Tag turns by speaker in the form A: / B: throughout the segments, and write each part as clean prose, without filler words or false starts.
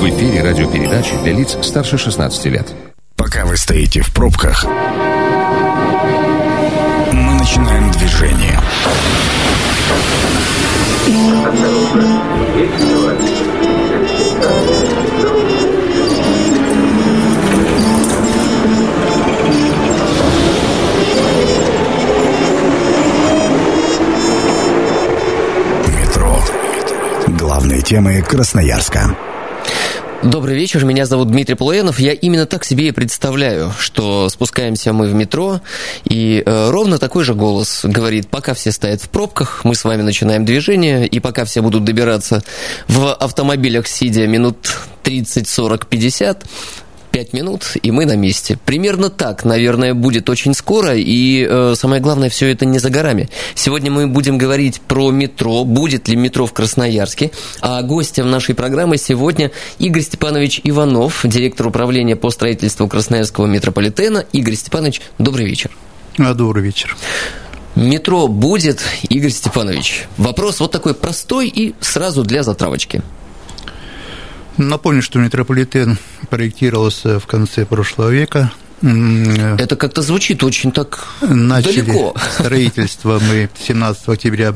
A: В эфире радиопередачи для лиц старше 16 лет.
B: Пока вы стоите в пробках, мы начинаем движение. Метро. Главные темы Красноярска.
C: Добрый вечер, меня зовут Дмитрий Полуянов. Я именно так себе и представляю, что спускаемся мы в метро, и ровно такой же голос говорит: пока все стоят в пробках, мы с вами начинаем движение, и пока все будут добираться в автомобилях, сидя минут 30, 40, 50, 5 минут, и мы на месте. Примерно так, наверное, будет очень скоро, и самое главное, все это не за горами. Сегодня мы будем говорить про метро, будет ли метро в Красноярске, а гостем нашей программы сегодня Игорь Степанович Иванов, директор управления по строительству Красноярского метрополитена. Игорь Степанович, добрый вечер.
D: Добрый вечер.
C: Метро будет, Игорь Степанович? Вопрос вот такой простой и сразу для затравочки.
D: Напомню, что метрополитен проектировался в конце прошлого века.
C: Это как-то звучит очень так
D: Начали
C: далеко.
D: Строительство мы 17 октября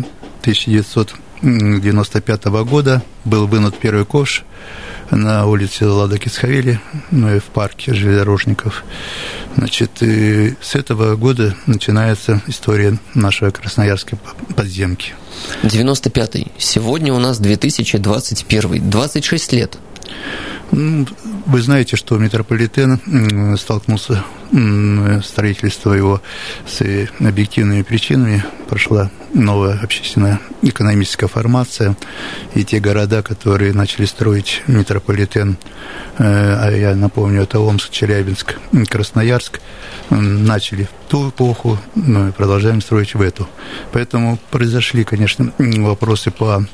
D: 1995 года. Был вынут первый ковш на улице Лада-Кисхавели, в парке железнодорожников. Значит, и с этого года начинается история нашей красноярской подземки. 95-й.
C: Сегодня у нас 2021. 26 лет.
D: Вы знаете, что метрополитен столкнулся, строительство его с объективными причинами. Прошла новая общественная экономическая формация, и те города, которые начали строить метрополитен, а я напомню, это Омск, Челябинск, Красноярск, начали в ту эпоху, но и продолжаем строить в эту. Поэтому произошли, конечно, вопросы по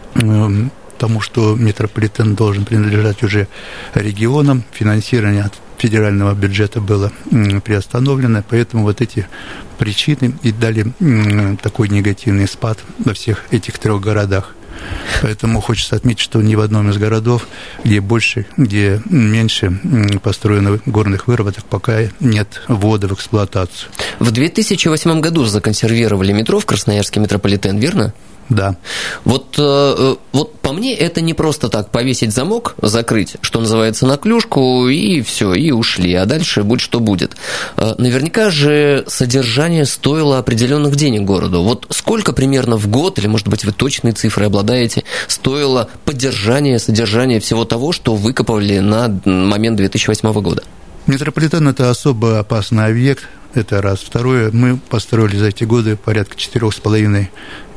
D: тому, что метрополитен должен принадлежать уже регионам. Финансирование от федерального бюджета было приостановлено, поэтому вот эти причины и дали такой негативный спад во всех этих трех городах. Поэтому хочется отметить, что ни в одном из городов, где больше, где меньше построено горных выработок, пока нет ввода в эксплуатацию.
C: В 2008 году законсервировали метро в Красноярский метрополитен, верно?
D: Да.
C: Вот по мне это не просто так повесить замок, закрыть, что называется, на клюшку, и все, и ушли, а дальше будь что будет. Наверняка же содержание стоило определенных денег городу. Вот сколько примерно в год, или, может быть, вы точные цифры обладаете, стоило поддержание, содержание всего того, что выкопали на момент 2008 года?
D: Метрополитен – это особо опасный объект, это раз. Второе, мы построили за эти годы порядка 4,5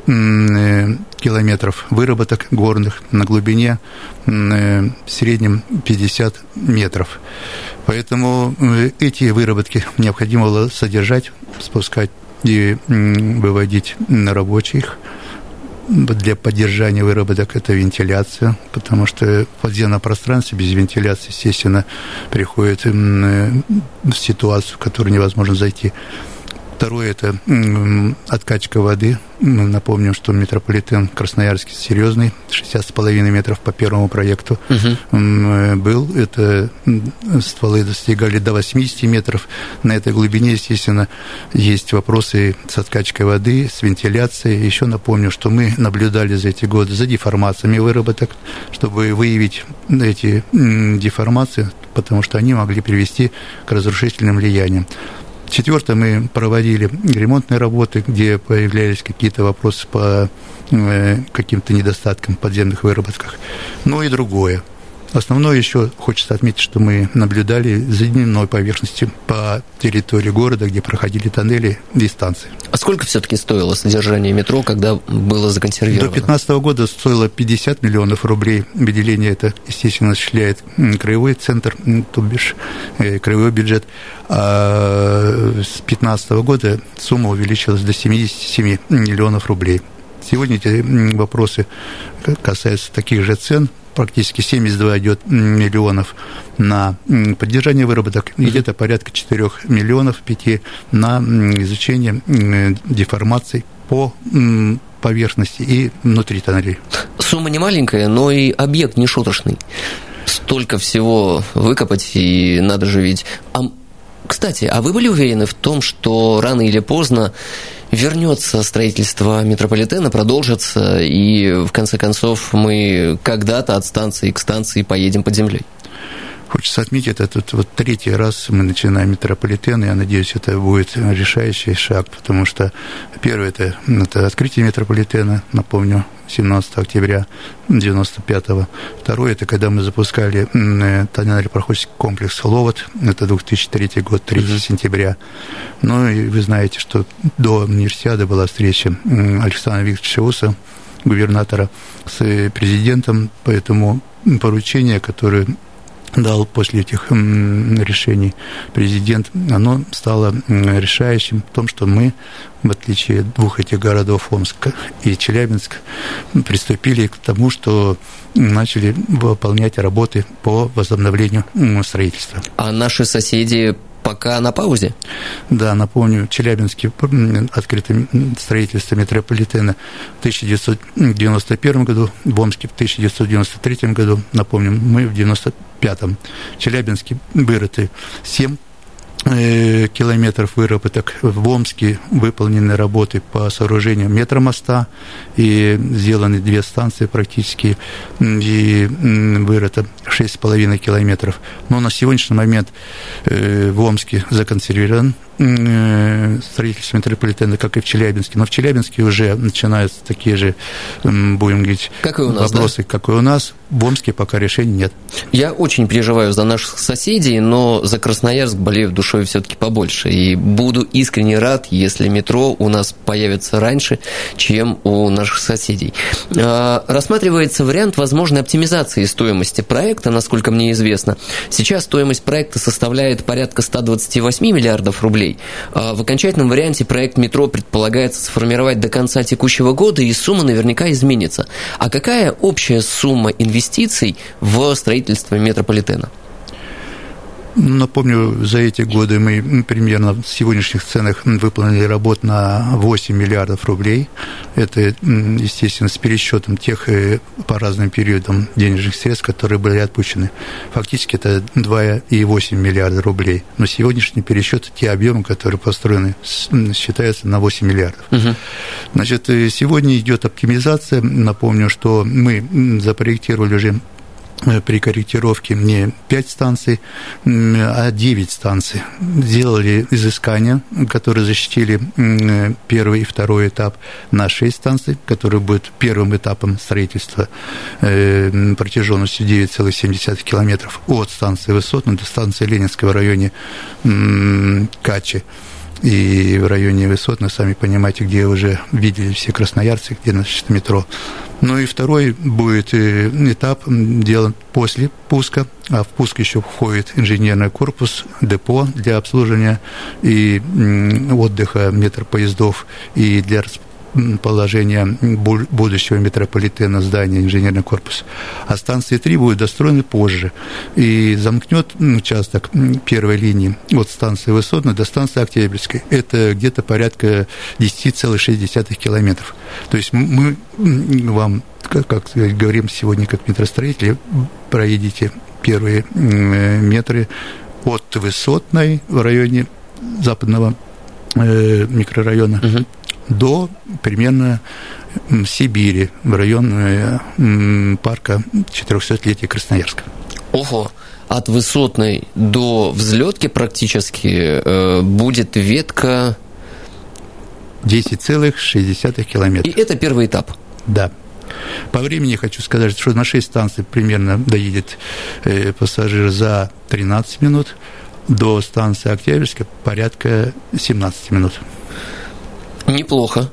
D: километров выработок горных на глубине в среднем 50 метров. Поэтому эти выработки необходимо было содержать, спускать и выводить на рабочих. Для поддержания выработок это вентиляция, потому что в подземном пространстве без вентиляции, естественно, приходит в ситуацию, в которую невозможно зайти. Второе – это откачка воды. Мы напомним, что метрополитен Красноярский серьезный, 60,5 метров по первому проекту был. Это стволы достигали до 80 метров. На этой глубине, естественно, есть вопросы с откачкой воды, с вентиляцией. Еще напомню, что мы наблюдали за эти годы за деформациями выработок, чтобы выявить эти деформации, потому что они могли привести к разрушительным влияниям. Четвертое, мы проводили ремонтные работы, где появлялись какие-то вопросы по каким-то недостаткам в подземных выработках. Ну и другое. Основное еще хочется отметить, что мы наблюдали за дневной поверхностью по территории города, где проходили тоннели и станции.
C: А сколько все-таки стоило содержание метро, когда было законсервировано?
D: До 2015 года стоило 50 миллионов рублей. Выделение это, естественно, осуществляет краевой центр, то бишь краевой бюджет. А с 2015 года сумма увеличилась до 77 миллионов рублей. Сегодня эти вопросы касаются таких же цен. Практически 72 идет миллионов на поддержание выработок, и где-то порядка 4 миллионов 5 на изучение деформаций по поверхности и внутри тоннелей.
C: Сумма не маленькая, но и объект не шуточный. столько всего выкопать, и надо же ведь... Кстати, а вы были уверены в том, что рано или поздно вернется строительство метрополитена, продолжится, и в конце концов мы когда-то от станции к станции поедем под землей?
D: Хочется отметить, это вот третий раз мы начинаем метрополитен, и я надеюсь, это будет решающий шаг, потому что первое это открытие метрополитена, напомню, 17 октября 1995-го. Второе, это когда мы запускали тоннельно-проходческий комплекс «Ловот», это 2003 год, 3 сентября. Ну, и вы знаете, что до универсиады была встреча Александра Викторовича Уса, губернатора, с президентом, поэтому поручение, которое дал после этих решений президент, оно стало решающим в том, что мы, в отличие от двух этих городов, Омска и Челябинск, приступили к тому, что начали выполнять работы по возобновлению строительства. А наши соседи пока на паузе? Да, напомню, в Челябинске открыто строительство метрополитена в 1991 году, в Омске в 1993 году, напомню, мы в 1995-м. В Челябинске вырыты 7 километров выработок, в Омске выполнены работы по сооружению метромоста, и сделаны 2 станции практически, и вырыто 6,5 километров. Но на сегодняшний момент в Омске законсервирован строительство метрополитена, как и в Челябинске. Но в Челябинске уже начинаются такие же, будем говорить, как и у нас, вопросы, да? Как и у нас. В Омске пока решений нет. Я очень переживаю за наших соседей, но за Красноярск болею душой все-таки побольше. И буду искренне рад, если метро у нас появится раньше, чем у наших соседей. Рассматривается вариант возможной оптимизации стоимости проекта, насколько мне известно. Сейчас стоимость проекта составляет порядка 128 миллиардов рублей. В окончательном варианте проект метро предполагается сформировать до конца текущего года, и сумма наверняка изменится. А какая общая сумма инвестиций в строительство метрополитена? Напомню, за эти годы мы примерно в сегодняшних ценах выполнили работ на 8 миллиардов рублей. Это, естественно, с пересчетом тех по разным периодам денежных средств, которые были отпущены. Фактически это 2,8 миллиарда рублей. Но сегодняшний пересчет, те объемы, которые построены, считаются на 8 миллиардов. Значит, сегодня идет оптимизация. Напомню, что мы запроектировали уже при корректировке не 5 станций, а 9 станций. Сделали изыскания, которые защитили первый и второй этап на 6 станций, которые будут первым этапом строительства протяженностью 9,7 километров от станции Высотной до станции Ленинской в районе Качи. И в районе Высотной, сами понимаете, где уже видели все красноярцы, где значит метро. Ну и второй будет этап делан после пуска, а в пуск еще входит инженерный корпус, депо для обслуживания и отдыха метропоездов, и для положения будущего метрополитена здания, инженерный корпус. А станции 3 будут достроены позже. И замкнет участок первой линии от станции Высотной до станции Октябрьской. Это где-то порядка 10,6 километров. То есть мы вам, как говорим сегодня, как метростроители, проедете первые метры от Высотной в районе западного микрорайона до примерно Сибири, в район парка 400-летия Красноярска. Ого! От Высотной до Взлетки практически будет ветка 10,6 километра. И это первый этап? Да. По времени хочу сказать, что на 6 станций примерно доедет пассажир за 13 минут, до станции Октябрьская порядка 17 минут. Неплохо.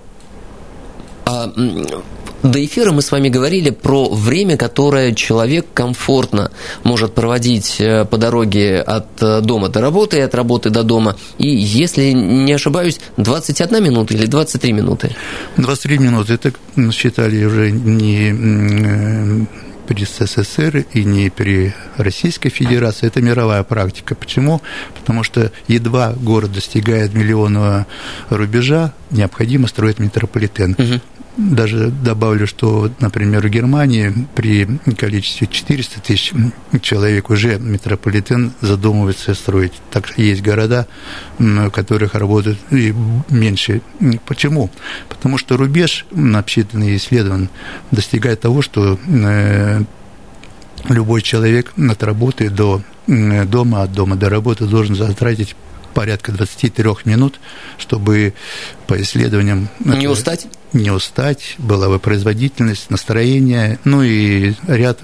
D: До эфира мы с вами говорили про время, которое человек комфортно может проводить по дороге от дома до работы и от работы до дома. И, если не ошибаюсь, 21 минута или 23 минуты? 23 минуты. Это считали уже не при СССР и не при Российской Федерации. Это мировая практика. Почему? Потому что едва город достигает миллионного рубежа, необходимо строить метрополитен. даже добавлю, что, например, в Германии при количестве 400 тысяч человек уже метрополитен задумывается строить. Так есть города, в которых работают и меньше. Почему? Потому что рубеж, обсчитанный и исследован, достигает того, что любой человек от работы до дома, от дома до работы должен затратить порядка 23 минут, чтобы по исследованиям...
C: Не устать?
D: Не устать, была бы производительность, настроение, ну и ряд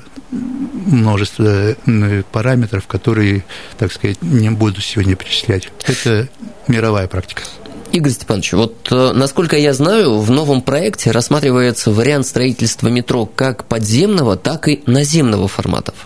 D: множество параметров, которые, так сказать, не буду сегодня перечислять. Это мировая практика.
C: Игорь Степанович, вот насколько я знаю, в новом проекте рассматривается вариант строительства метро как подземного, так и наземного форматов.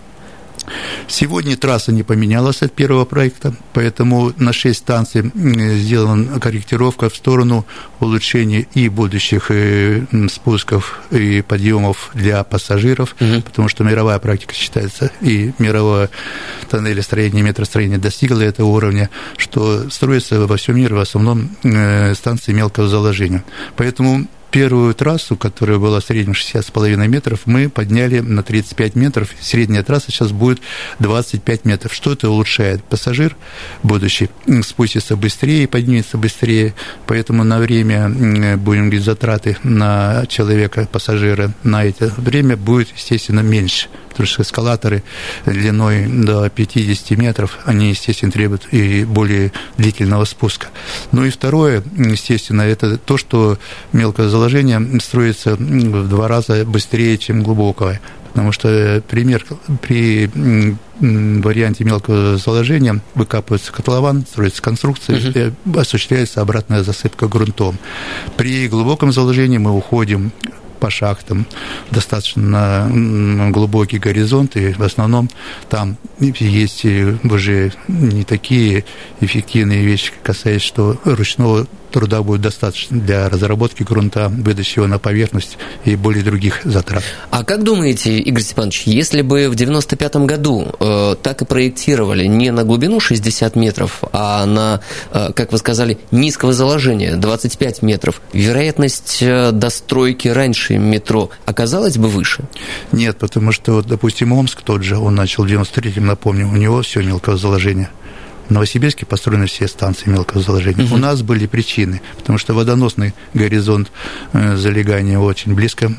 D: Сегодня трасса не поменялась от первого проекта, поэтому на 6 станций сделана корректировка в сторону улучшения и будущих спусков и подъемов для пассажиров, потому что мировая практика считается, и мировое тоннелестроение, метростроение достигло этого уровня, что строится во всем мире в основном станции мелкого заложения. Поэтому первую трассу, которая была в среднем 60,5 метров, мы подняли на 35 метров. Средняя трасса сейчас будет 25 метров. Что это улучшает? Пассажир будущий спустится быстрее и поднимется быстрее. Поэтому на время, будем говорить, затраты на человека, пассажира, на это время будет, естественно, меньше. Потому что эскалаторы длиной до 50 метров, они, естественно, требуют и более длительного спуска. Ну и второе, естественно, это то, что мелкое заложение строится в 2 раза быстрее, чем глубокое. Потому что, пример, при варианте мелкого заложения выкапывается котлован, строится конструкция, и осуществляется обратная засыпка грунтом. При глубоком заложении мы уходим по шахтам, достаточно глубокий горизонт, и в основном там есть уже не такие эффективные вещи, касаясь, что ручного труда будет достаточно для разработки грунта, выдачи его на поверхность и более других затрат.
C: А как думаете, Игорь Степанович, если бы в 95-м году так и проектировали не на глубину 60 метров, а на, как вы сказали, низкого заложения 25 метров, вероятность достройки раньше метро оказалась бы выше?
D: Нет, потому что, вот, допустим, Омск тот же, он начал в 93-м, напомню, у него все мелкого заложения. В Новосибирске построены все станции мелкого заложения. У нас были причины, потому что водоносный горизонт залегания очень близко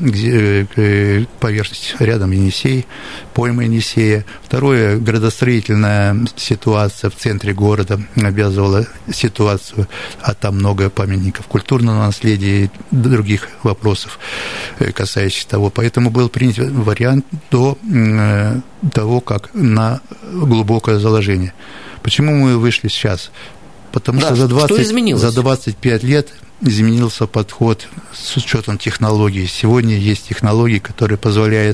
D: к поверхности, рядом Енисей, пойма Енисея. Второе, градостроительная ситуация в центре города обязывала ситуацию, а там много памятников культурного наследия и других вопросов, касающихся того. Поэтому был принят вариант до того, как на глубокое заложение. Почему мы вышли сейчас? Потому что за 25 лет изменился подход с учетом технологий. Сегодня есть технологии, которые позволяют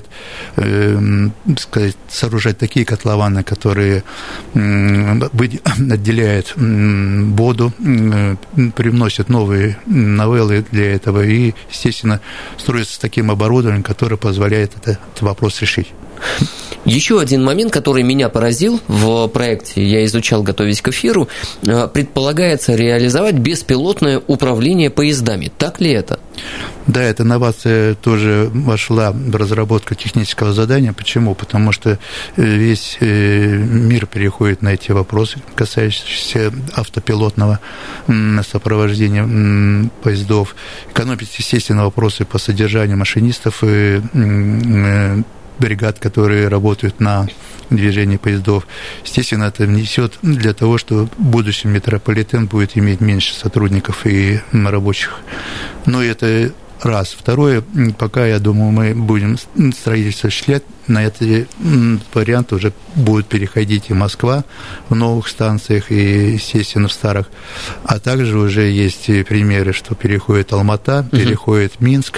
D: сооружать такие котлованы, которые отделяют воду, привносят новые новеллы для этого и, естественно, строятся с таким оборудованием, которое позволяет этот вопрос решить.
C: Еще один момент, который меня поразил в проекте, я изучал, готовясь к эфиру, предполагается реализовать беспилотное управление поездами. Так ли это?
D: Да, эта инновация тоже вошла в разработку технического задания. Почему? Потому что весь мир переходит на эти вопросы, касающиеся автопилотного сопровождения поездов. Экономить, естественно, вопросы по содержанию машинистов и бригад, которые работают на движении поездов. Естественно, это внесет для того, что в будущем метрополитен будет иметь меньше сотрудников и рабочих. Но это раз. Второе, пока, я думаю, мы будем строительство осуществлять, на этот вариант уже будет переходить и Москва в новых станциях, и, естественно, в старых. А также уже есть примеры, что переходит Алмата, переходит Минск,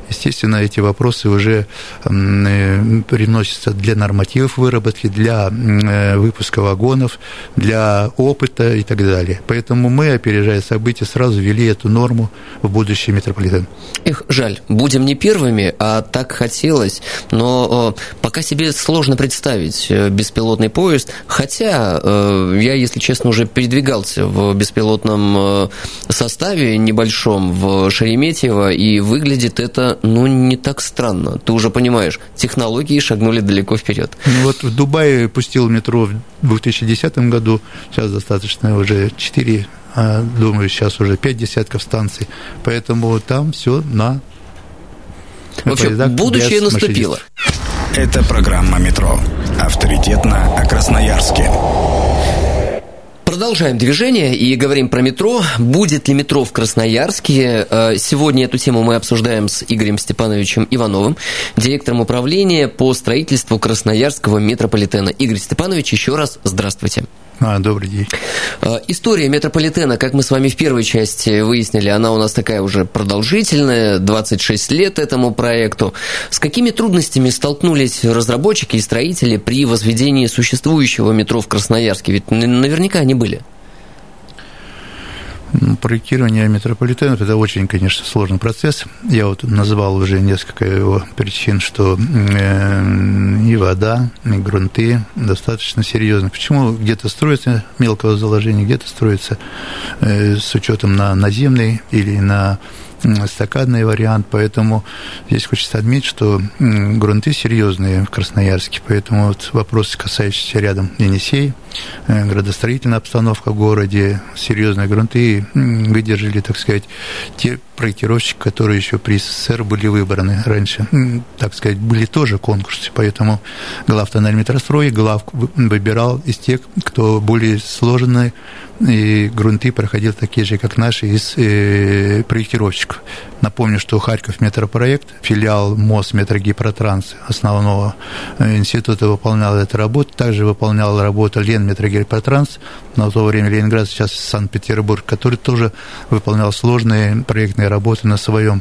D: естественно, эти вопросы уже приносятся для нормативов выработки, для выпуска вагонов, для опыта и так далее. Поэтому мы, опережая события, сразу ввели эту норму в будущий метрополитен.
C: Эх, жаль, будем не первыми, а так хотелось, но пока себе сложно представить беспилотный поезд, хотя я, если честно, уже передвигался в беспилотном составе небольшом в Шереметьево, и выглядит это, не так странно. Ты уже понимаешь, технологии шагнули далеко вперед.
D: Вот в Дубае пустил метро в 2010 году, сейчас достаточно уже 4, думаю, сейчас уже 5 десятков станций, поэтому там все на...
C: В общем, будущее наступило.
B: Это программа «Метро». Авторитетно о Красноярске.
C: Продолжаем движение и говорим про метро. Будет ли метро в Красноярске? Сегодня эту тему мы обсуждаем с Игорем Степановичем Ивановым, директором управления по строительству Красноярского метрополитена. Игорь Степанович, еще раз здравствуйте.
D: Добрый день.
C: История метрополитена, как мы с вами в первой части выяснили, она у нас такая уже продолжительная, 26 лет этому проекту. С какими трудностями столкнулись разработчики и строители при возведении существующего метро в Красноярске? Ведь наверняка они были.
D: Проектирование метрополитенов – это очень, конечно, сложный процесс. Я вот назвал уже несколько его причин, что и вода, и грунты достаточно серьезны. Почему где-то строится мелкого заложения, где-то строится с учетом на наземный или на стаканный вариант, поэтому здесь хочется отметить, что грунты серьезные в Красноярске, поэтому вот вопросы, касающиеся рядом Енисей, градостроительная обстановка в городе, серьезные грунты выдержали, так сказать, те проектировщики, которые еще при СССР были выбраны раньше, так сказать, были тоже конкурсы, поэтому Главтоннельметрострой выбирал из тех, кто более сложные, и грунты проходил такие же, как наши, из проектировщиков. Напомню, что Харьков метропроект, филиал МОЗ Метрогипротранс основного института, выполнял эту работу, также выполнял работу Лен Метрогипротранс, на то время Ленинград, сейчас Санкт-Петербург, который тоже выполнял сложные проектные работы на своем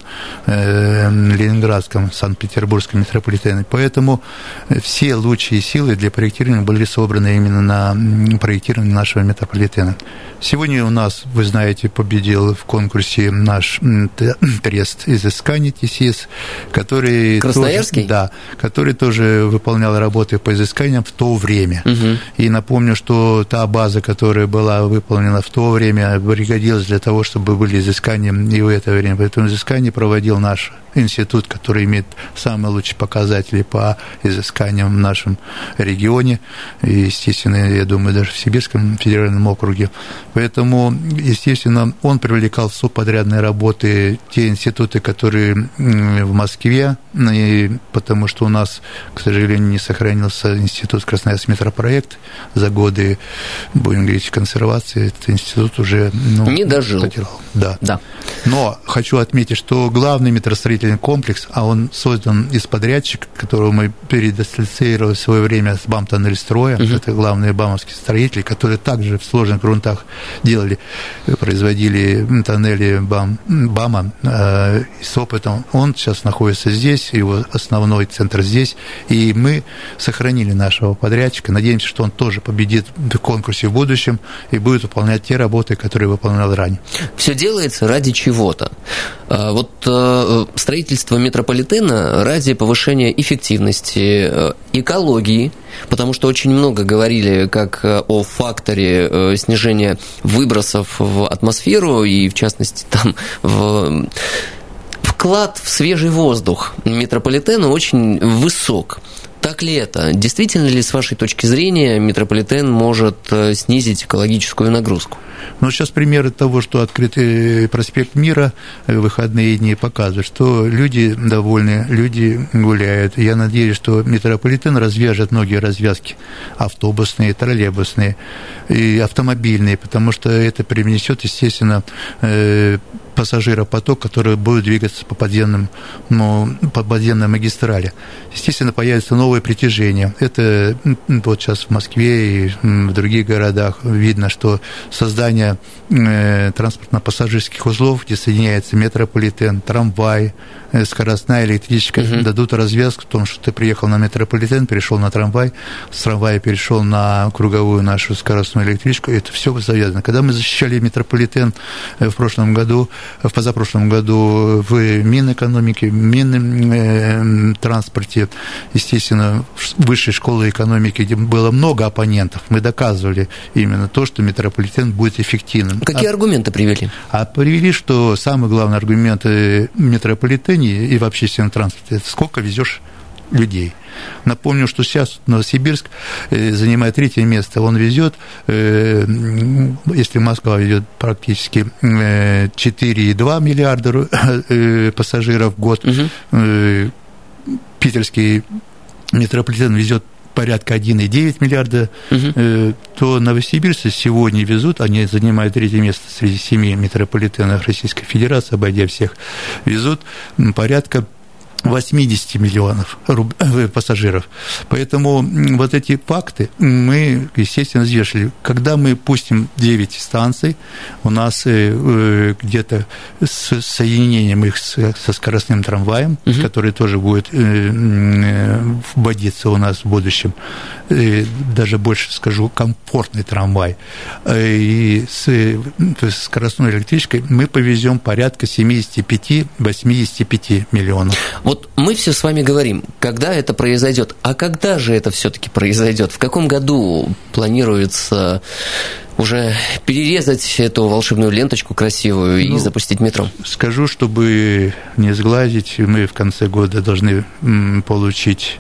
D: ленинградском, санкт-петербургском метрополитене. Поэтому все лучшие силы для проектирования были собраны именно на проектирование нашего метрополитена. Сегодня у нас, вы знаете, победил в конкурсе наш трест изысканий ТИСИС, который...
C: Красноярский?
D: Тоже, да, который тоже выполнял работы по изысканиям в то время. Угу. И напомню, что та база, которая была выполнена в то время, пригодилась для того, чтобы были изыскания и в это время. Поэтому изыскание проводил наш институт, который имеет самые лучшие показатели по изысканиям в нашем регионе, и, естественно, я думаю, даже в Сибирском федеральном округе. Поэтому, естественно, он привлекал в субподрядные работы те институты, которые в Москве, и потому что у нас, к сожалению, не сохранился институт Красноярский метропроект за годы, будем говорить, консервации. Этот институт уже
C: не дожил.
D: Потерял. Да.
C: Да.
D: Но хочу отметить, что главный метростроительный комплекс, а он создан из подрядчика, которого мы переассоциировали в свое время с БАМ-Тоннельстроя, это главные бамовские строители, которые также в сложных грунтах производили тоннели БАМа с опытом. Он сейчас находится здесь, его основной центр здесь, и мы сохранили нашего подрядчика. Надеемся, что он тоже победит в конкурсе в будущем и будет выполнять те работы, которые выполнял ранее.
C: Все делается ради чего-то. Вот строительство метрополитена ради повышения эффективности, экологии, потому что очень много говорили как о факторе снижения выбросов в атмосферу и, в частности, там вклад в свежий воздух метрополитена очень высок. Так ли это? Действительно ли, с вашей точки зрения, метрополитен может снизить экологическую нагрузку?
D: Ну, сейчас примеры того, что открытый проспект Мира в выходные дни показывает, что люди довольны, люди гуляют. Я надеюсь, что метрополитен развяжет многие развязки автобусные, троллейбусные и автомобильные, потому что это привнесет, естественно, пассажиропоток, который будет двигаться по подземной магистрали. Естественно, появятся новые притяжения. Это вот сейчас в Москве и в других городах видно, что создание транспортно-пассажирских узлов, где соединяется метрополитен, трамвай, скоростная электричка, дадут развязку в том, что ты приехал на метрополитен, перешел на трамвай, с трамвая перешел на круговую нашу скоростную электричку, это все завязано. Когда мы защищали метрополитен в позапрошлом году в Минэкономике, Минтранспорте, естественно, в высшей школе экономики, где было много оппонентов, мы доказывали именно то, что метрополитен будет эффективным.
C: Какие аргументы привели?
D: Привели, что самый главный аргумент в метрополитене и в общественном транспорте – это сколько везешь людей. Напомню, что сейчас Новосибирск занимает 3-е место. Он везет, если Москва ведет практически 4,2 миллиарда пассажиров в год, питерский метрополитен везет порядка 1,9 миллиарда, то новосибирцы сегодня везут, они занимают 3-е место среди 7 метрополитенов Российской Федерации, обойдя всех, везут порядка 80 миллионов пассажиров. Поэтому вот эти факты мы, естественно, взвешивали. Когда мы пустим 9 станций, у нас где-то с соединением их со скоростным трамваем, который тоже будет вводиться у нас в будущем, даже больше скажу, комфортный трамвай, и с скоростной электричкой мы повезем порядка 75-85 миллионов.
C: Вот мы все с вами говорим, когда это произойдет, а когда же это все-таки произойдет? В каком году планируется уже перерезать эту волшебную ленточку красивую и запустить метро?
D: Скажу, чтобы не сглазить, мы в конце года должны получить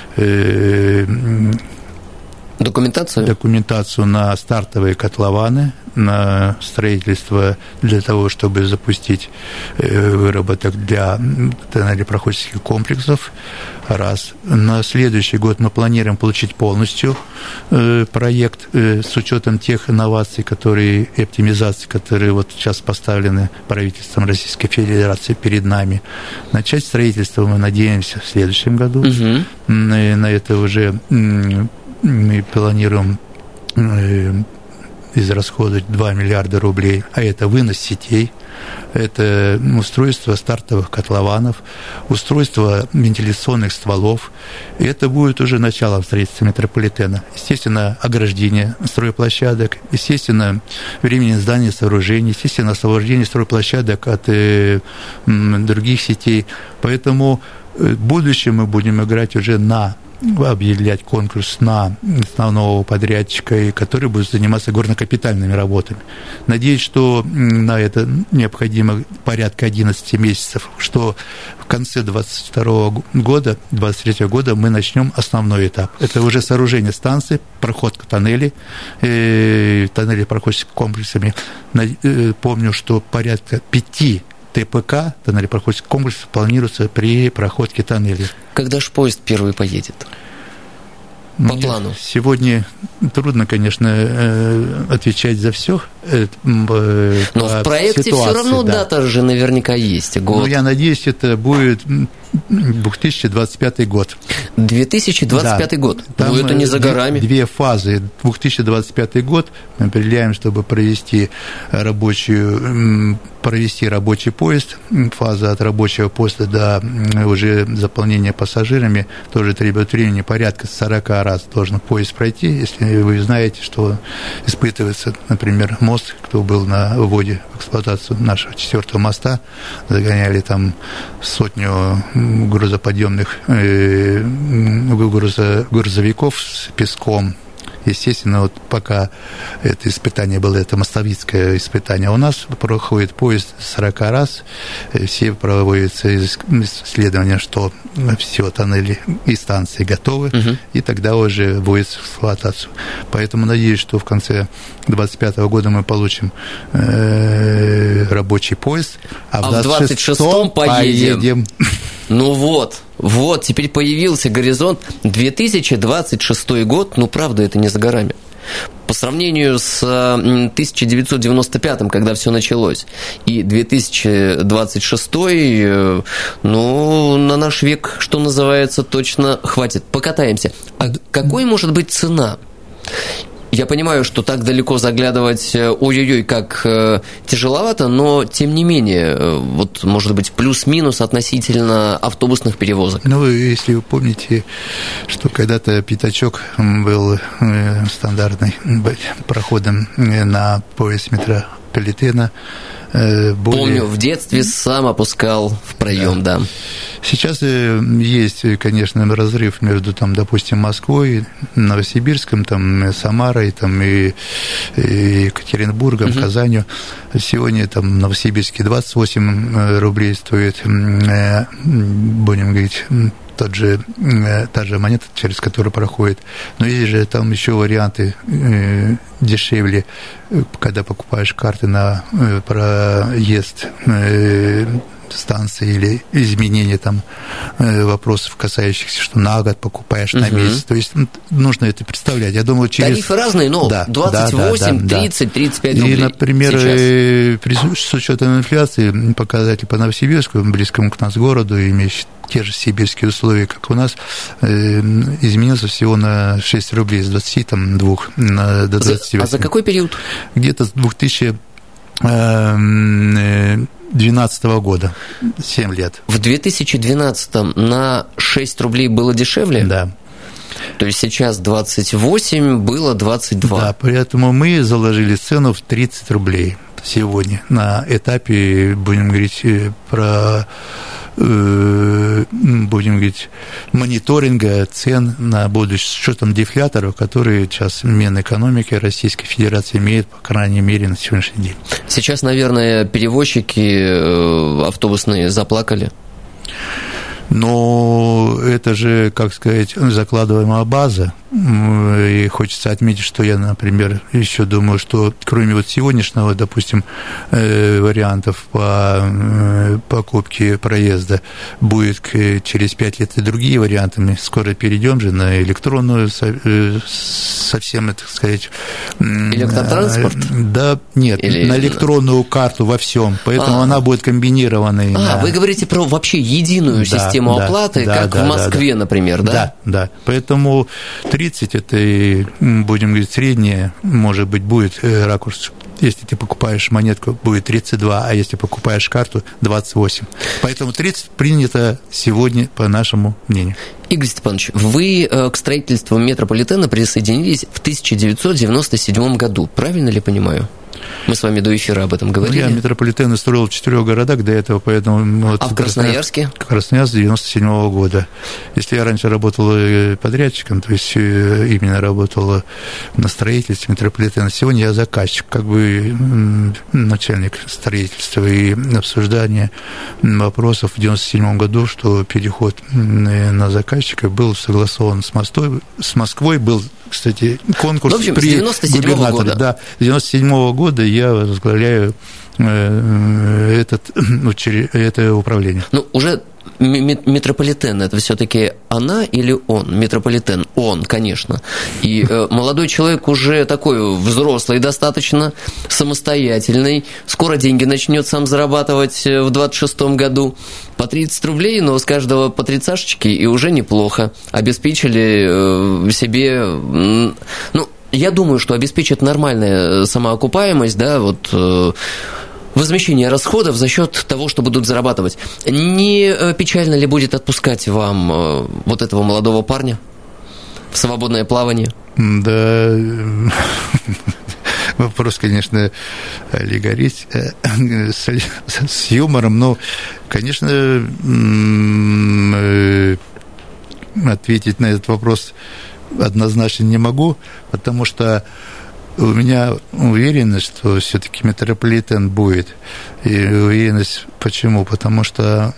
D: документацию на стартовые котлованы, на строительство для того, чтобы запустить выработок для тоннелепроходческих комплексов. Раз. На следующий год мы планируем получить полностью проект с учетом тех инноваций, и оптимизаций, которые вот сейчас поставлены правительством Российской Федерации перед нами. Начать строительство мы надеемся в следующем году. На это уже мы планируем израсходовать 2 миллиарда рублей, а это вынос сетей, это устройство стартовых котлованов, устройство вентиляционных стволов. И это будет уже началом строительства метрополитена. Естественно, ограждение стройплощадок, естественно, временное здание сооружений, естественно, освобождение стройплощадок от других сетей. Поэтому в будущем мы будем играть уже объявлять конкурс на основного подрядчика, который будет заниматься горно-капитальными работами. Надеюсь, что на это необходимо порядка 11 месяцев, что в конце 2023 года мы начнем основной этап. Это уже сооружение станции, проходка тоннелей, тоннели проходят комплексами. Помню, что порядка 5 ТПК, тоннелепроходческих комплексов, планируется при проходке тоннелей.
C: Когда же поезд первый поедет? По плану.
D: Сегодня трудно, конечно, отвечать за все.
C: Но в проекте все равно дата же наверняка есть. Год.
D: Я надеюсь, это будет 2025 год.
C: 2025 год. Там это не за горами.
D: 2 фазы. 2025 год мы определяем, чтобы провести рабочий поезд. Фаза от рабочего поезда до уже заполнения пассажирами тоже требует времени. Порядка 40 раз должен поезд пройти. Если вы знаете, что испытывается, например, мост, кто был на вводе в эксплуатацию нашего 4-го моста, загоняли там сотню грузоподъемных грузовиков с песком. Естественно, вот пока это испытание было, это мостовицкое испытание, у нас проходит поезд 40 раз, все проводятся исследования, что все тоннели и станции готовы, и тогда уже вводится в эксплуатацию. Поэтому надеюсь, что в конце 2025 года мы получим рабочий поезд, а в 26-м поедем.
C: Ну вот, теперь появился горизонт. 2026 год, правда, это не за горами. По сравнению с 1995, когда все началось, и 2026, на наш век, что называется, точно хватит. Покатаемся. А какой может быть цена? Я понимаю, что так далеко заглядывать, ой-ой-ой, как тяжеловато, но, тем не менее, вот, может быть, плюс-минус относительно автобусных перевозок.
D: Если вы помните, что когда-то пятачок был стандартным проходом на поезд метрополитена.
C: Помню, в детстве сам опускал в проем, да.
D: Сейчас есть, конечно, разрыв между, допустим, Москвой, Новосибирском, Самарой, и Екатеринбургом, Казанью. Сегодня в Новосибирске 28 рублей стоит, будем говорить, та же монета, через которую проходит. Но есть же там еще варианты дешевле, когда покупаешь карты на проезд станции или изменение вопросов, касающихся, что на год покупаешь, на месяц. То есть нужно это представлять. Я думаю,
C: тарифы разные, но 28, 30, 35 рублей.
D: И, например, с учетом инфляции, показатель по Новосибирску, близкому к нас городу, имеющий те же сибирские условия, как у нас, изменился всего на 6 рублей с 22 до 28.
C: А за какой период?
D: Где-то с 2012 года, 7 лет.
C: В 2012 на 6 рублей было дешевле?
D: Да.
C: То есть сейчас 28, было 22.
D: Да, поэтому мы заложили цену в 30 рублей сегодня на этапе, будем говорить, мониторинга цен на будущее, с учетом дефляторов, которые сейчас Минэкономики Российской Федерации имеет, по крайней мере, на сегодняшний день.
C: Сейчас, наверное, перевозчики автобусные заплакали.
D: Но это же, как сказать, закладываемая база. И хочется отметить, что я, например, еще думаю, что кроме сегодняшнего, допустим, вариантов по покупке проезда, будет через 5 лет и другие варианты. Мы скоро перейдем же на электронную совсем, так сказать...
C: Электротранспорт?
D: Да, нет, на электронную карту во всем. Поэтому она будет комбинированной.
C: Вы говорите про вообще единую систему оплаты, как в Москве, например, да?
D: Да. Поэтому 30 это, будем говорить, среднее, может быть, будет ракурс. Если ты покупаешь монетку, будет 32, а если покупаешь карту, 28. Поэтому 30 принято сегодня, по нашему мнению.
C: Игорь Степанович, вы к строительству метрополитена присоединились в 1997 году, правильно ли понимаю? Мы с вами до эфира об этом говорили.
D: Я метрополитены строил в 4 городах до этого, поэтому...
C: А в Красноярске?
D: Красноярск 97 года. Если я раньше работал подрядчиком, то есть именно работал на строительстве метрополитена, сегодня я заказчик, как бы начальник строительства и обсуждания вопросов в 97 году, что переход на заказчика был согласован с Москвой, был, кстати, конкурс при губернаторе. Да, с 97 года я возглавляю это управление.
C: Уже метрополитен, это все-таки она или он? Метрополитен, он, конечно. И молодой человек уже такой взрослый достаточно, самостоятельный, скоро деньги начнет сам зарабатывать в 26-м году. По 30 рублей, но с каждого по 30-шечки, и уже неплохо. Обеспечили себе... Я думаю, что обеспечит нормальная самоокупаемость, да, возмещение расходов за счет того, что будут зарабатывать. Не печально ли будет отпускать вам этого молодого парня в свободное плавание?
D: Да, вопрос, конечно, аллегоричный, с юмором, но, конечно, ответить на этот вопрос однозначно не могу, потому что у меня уверенность, что все-таки метрополитен будет. И уверенность почему? Потому что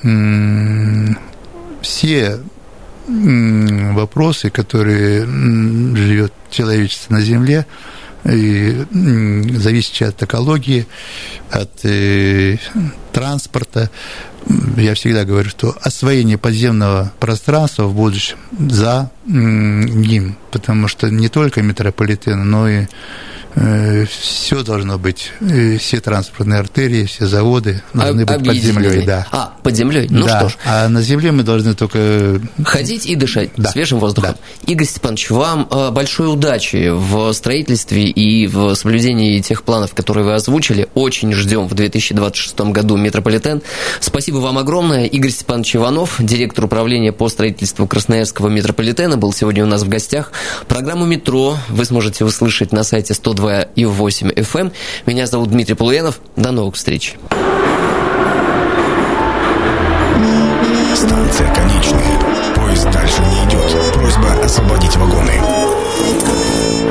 D: все вопросы, которые живет человечество на Земле, и зависящие от экологии, от транспорта, я всегда говорю, что освоение подземного пространства в будущем за ним, потому что не только метрополитен, но и все должно быть, все транспортные артерии, все заводы должны быть под землей. Да.
C: Под землей? Ну
D: да.
C: Что ж.
D: А на земле мы должны только
C: ходить и дышать свежим воздухом. Да. Игорь Степанович, вам большой удачи в строительстве и в соблюдении тех планов, которые вы озвучили. Очень ждем в 2026 году метрополитен. Спасибо вам огромное. Игорь Степанович Иванов, директор управления по строительству Красноярского метрополитена, был сегодня у нас в гостях. Программу «Метро» вы сможете услышать на сайте 102.8 FM. Меня зовут Дмитрий Полуянов. До новых встреч.
B: Станция конечная. Поезд дальше не идет. Просьба освободить вагоны.